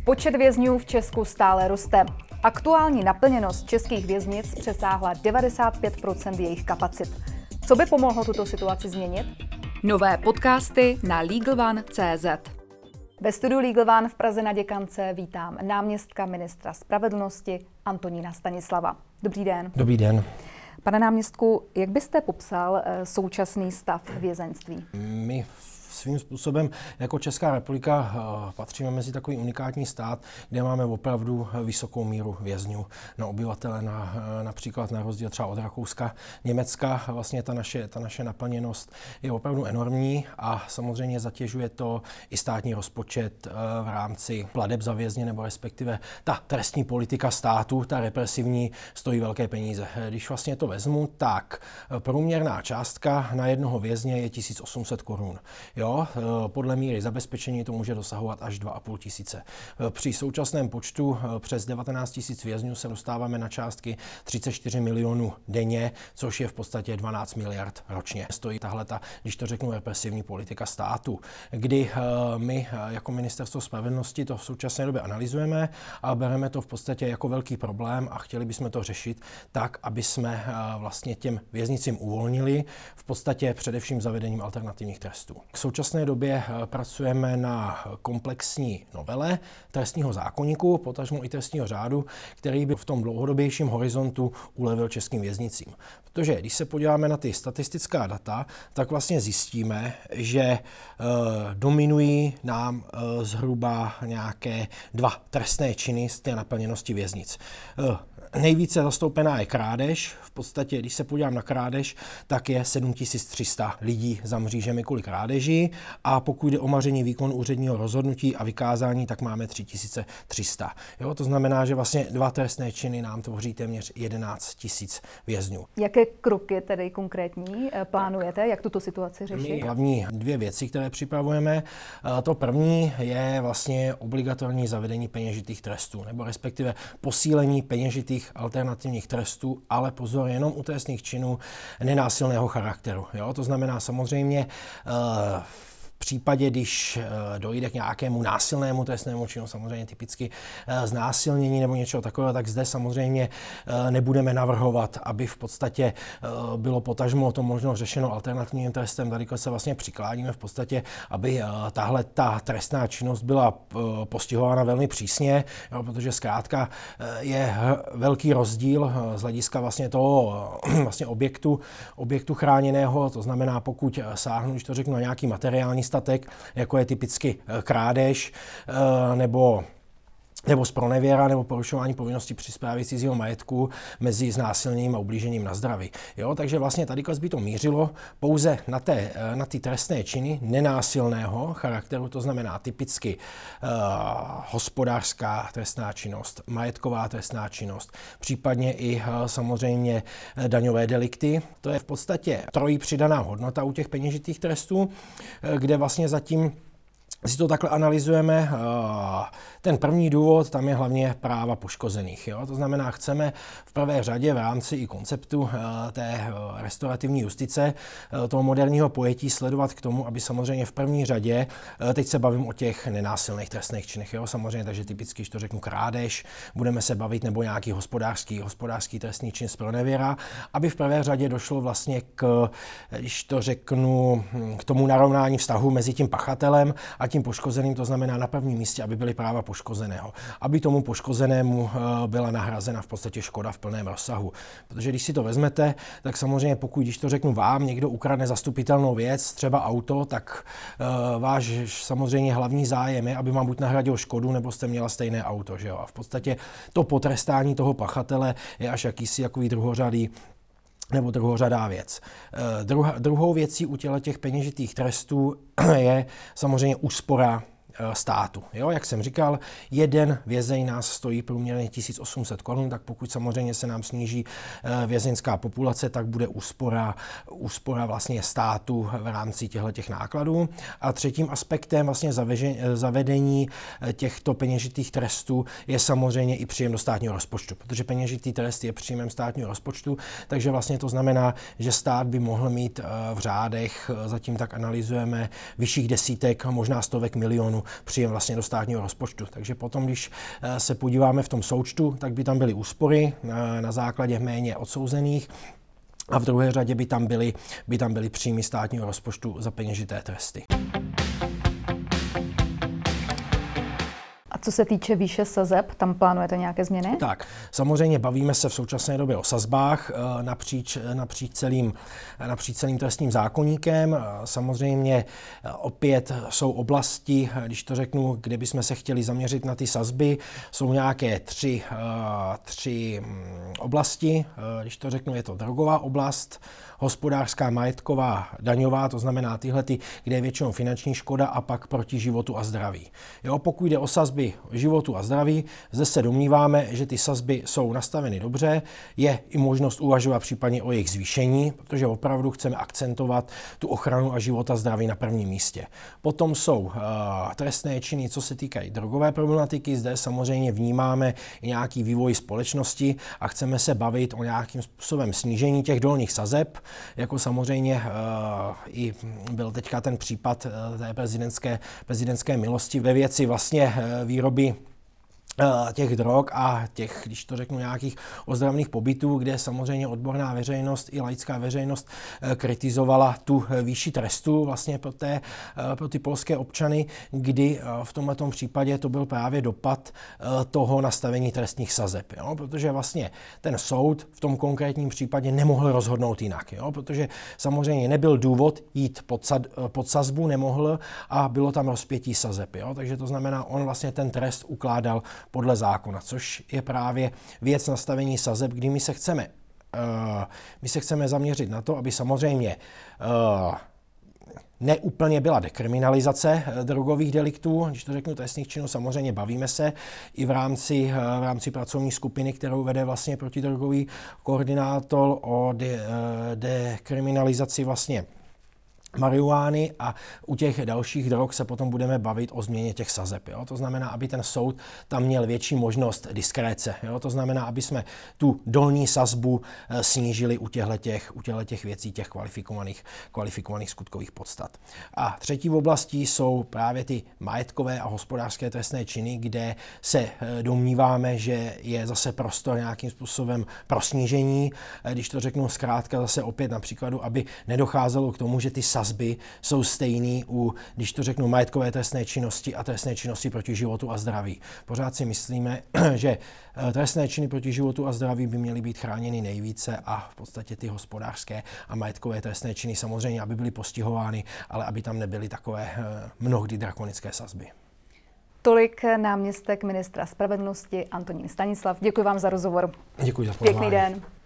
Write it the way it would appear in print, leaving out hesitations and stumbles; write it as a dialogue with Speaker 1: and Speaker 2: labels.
Speaker 1: Počet vězňů v Česku stále roste. Aktuální naplněnost českých věznic přesáhla 95% jejich kapacit. Co by pomohlo tuto situaci změnit? Nové podcasty na LegalOne.cz. Ve studiu LegalOne v Praze na Děkance vítám náměstka ministra spravedlnosti Antonína Stanislava. Dobrý den.
Speaker 2: Dobrý den.
Speaker 1: Pane náměstku, jak byste popsal současný stav vězeňství?
Speaker 2: My svým způsobem jako Česká republika patříme mezi takový unikátní stát, kde máme opravdu vysokou míru vězňů na obyvatele, například na rozdíl třeba od Rakouska, Německa. Vlastně ta naše naplněnost je opravdu enormní a samozřejmě zatěžuje to i státní rozpočet v rámci plateb za vězně, nebo respektive ta trestní politika státu, ta represivní, stojí velké peníze. Když vlastně to vezmu, tak průměrná částka na jednoho vězně je 1800 korun. Podle míry zabezpečení to může dosahovat až 2,5 tisíce. Při současném počtu přes 19 tisíc vězňů se dostáváme na částky 34 milionů denně, což je v podstatě 12 miliard ročně. Stojí tahleta, když to řeknu, represivní politika státu, kdy my jako ministerstvo spravedlnosti to v současné době analyzujeme a bereme to v podstatě jako velký problém a chtěli bychom to řešit tak, aby jsme vlastně těm věznicím uvolnili v podstatě především zavedením alternativních trestů. V současné době pracujeme na komplexní novele trestního zákoníku, potažmo i trestního řádu, který by v tom dlouhodobějším horizontu ulevil českým věznicím. Protože když se podíváme na ty statistická data, tak vlastně zjistíme, že dominují nám zhruba nějaké 2 trestné činy z té naplněnosti věznic. Nejvíce zastoupená je krádež. V podstatě, když se podívám na krádež, tak je 7300 lidí za mřížemi kvůli krádeži a pokud jde o maření výkonu úředního rozhodnutí a vykázání, tak máme 3300. To znamená, že vlastně 2 trestné činy nám tvoří téměř 11 000 vězňů.
Speaker 1: Jaké kroky tedy konkrétní plánujete, jak tuto situaci řešit?
Speaker 2: My hlavní 2 věci, které připravujeme. To první je vlastně obligatorní zavedení peněžitých trestů, nebo respektive posílení peněžitých alternativních trestů, ale pozor, jenom u trestných činů nenásilného charakteru. To znamená samozřejmě v případě, když dojde k nějakému násilnému trestnému činu, samozřejmě typicky znásilnění nebo něčeho takového, tak zde samozřejmě nebudeme navrhovat, aby v podstatě bylo potažmo to možno řešeno alternativním trestem. Tady se vlastně přikláníme v podstatě, aby tahle ta trestná činnost byla postihována velmi přísně, protože zkrátka je velký rozdíl z hlediska vlastně toho vlastně objektu chráněného, to znamená, pokud sáhnu, když to řeknu, na nějaký materiální statek, jako je typicky krádež nebo zpronevěra nebo porušování povinnosti při správě cizího majetku mezi znásilněním a ublížením na zdraví. Takže vlastně tady by to mířilo pouze na ty trestné činy nenásilného charakteru, to znamená typicky hospodářská trestná činnost, majetková trestná činnost, případně i samozřejmě daňové delikty. To je v podstatě trojí přidaná hodnota u těch peněžitých trestů, kde vlastně zatím si to takhle analyzujeme. Ten první důvod, tam je hlavně práva poškozených. To znamená, chceme v prvé řadě v rámci i konceptu té restaurativní justice, toho moderního pojetí sledovat k tomu, aby samozřejmě v první řadě, teď se bavím o těch nenásilných trestných činech, samozřejmě, takže typicky, když to řeknu krádež, budeme se bavit nebo nějaký hospodářský trestný čin zpronevěra, aby v prvé řadě došlo vlastně když to řeknu, k tomu narovnání vztahu mezi tím pachatelem a tím poškozeným, to znamená na prvním místě, aby byly práva poškozeného. Aby tomu poškozenému byla nahrazena v podstatě škoda v plném rozsahu. Protože když si to vezmete, tak samozřejmě když to řeknu vám, někdo ukradne zastupitelnou věc, třeba auto, tak váš samozřejmě hlavní zájem je, aby vám buď nahradil škodu, nebo jste měla stejné auto. Že jo? A v podstatě to potrestání toho pachatele je až jakýsi druhořadý nebo druhořadá věc. Druhou věcí u těch peněžitých trestů je samozřejmě úspora státu. Jak jsem říkal, jeden vězeň nás stojí průměrně 1800 korun, tak pokud samozřejmě se nám sníží vězeňská populace, tak bude úspora vlastně státu v rámci těchto nákladů. A třetím aspektem vlastně zavedení těchto peněžitých trestů je samozřejmě i příjem do státního rozpočtu, protože peněžitý trest je příjmem státního rozpočtu, takže vlastně to znamená, že stát by mohl mít v řádech, zatím tak analyzujeme, vyšších desítek, možná stovek milionů příjem vlastně do státního rozpočtu. Takže potom, když se podíváme v tom součtu, tak by tam byly úspory na základě méně odsouzených, a v druhé řadě by tam byly příjmy státního rozpočtu za peněžité tresty.
Speaker 1: A co se týče výše sazeb, tam plánujete nějaké změny?
Speaker 2: Tak, samozřejmě bavíme se v současné době o sazbách napříč celým trestním zákoníkem. Samozřejmě opět jsou oblasti, když to řeknu, kde bychom se chtěli zaměřit na ty sazby. Jsou nějaké tři oblasti. Když to řeknu, je to drogová oblast, hospodářská, majetková, daňová, to znamená tyhle, kde je většinou finanční škoda, a pak proti životu a zdraví. Jo, pokud jde o sazby životu a zdraví, zde se domníváme, že ty sazby jsou nastaveny dobře, je i možnost uvažovat případně o jejich zvýšení, protože opravdu chceme akcentovat tu ochranu a život a zdraví na prvním místě. Potom jsou trestné činy, co se týkají drogové problematiky, zde samozřejmě vnímáme i nějaký vývoj společnosti a chceme se bavit o nějakým způsobem snížení těch dolních sazeb, jako samozřejmě i byl teďka ten případ té prezidentské milosti ve věci vlastně výroby těch drog a těch, když to řeknu, nějakých ozdravných pobytů, kde samozřejmě odborná veřejnost i laická veřejnost kritizovala tu výši trestu vlastně pro ty polské občany, kdy v tomto případě to byl právě dopad toho nastavení trestních sazeb. Jo? Protože vlastně ten soud v tom konkrétním případě nemohl rozhodnout jinak, jo? Protože samozřejmě nebyl důvod jít pod sazbu, nemohl, a bylo tam rozpětí sazeb. Jo? Takže to znamená, on vlastně ten trest ukládal podle zákona, což je právě věc nastavení sazeb, kdy my se chceme zaměřit na to, aby samozřejmě neúplně byla dekriminalizace drogových deliktů, když to řeknu, trestných činů, samozřejmě bavíme se i v rámci pracovní skupiny, kterou vede vlastně protidrogový koordinátor o dekriminalizaci vlastně marihuány, a u těch dalších drog se potom budeme bavit o změně těch sazeb. Jo? To znamená, aby ten soud tam měl větší možnost diskréce. Jo? To znamená, aby jsme tu dolní sazbu snížili u těchto věcí, těch kvalifikovaných skutkových podstat. A třetí v oblasti jsou právě ty majetkové a hospodářské trestné činy, kde se domníváme, že je zase prostor nějakým způsobem pro snížení. Když to řeknu zkrátka zase opět na příkladu, aby nedocházelo k tomu, že ty sazby jsou stejný když to řeknu, majetkové trestné činnosti a trestné činnosti proti životu a zdraví. Pořád si myslíme, že trestné činy proti životu a zdraví by měly být chráněny nejvíce a v podstatě ty hospodářské a majetkové trestné činy samozřejmě, aby byly postihovány, ale aby tam nebyly takové mnohdy drakonické sazby.
Speaker 1: Tolik náměstek ministra spravedlnosti Antonín Stanislav. Děkuji vám za rozhovor.
Speaker 2: Děkuji za pozvání.
Speaker 1: Pěkný den.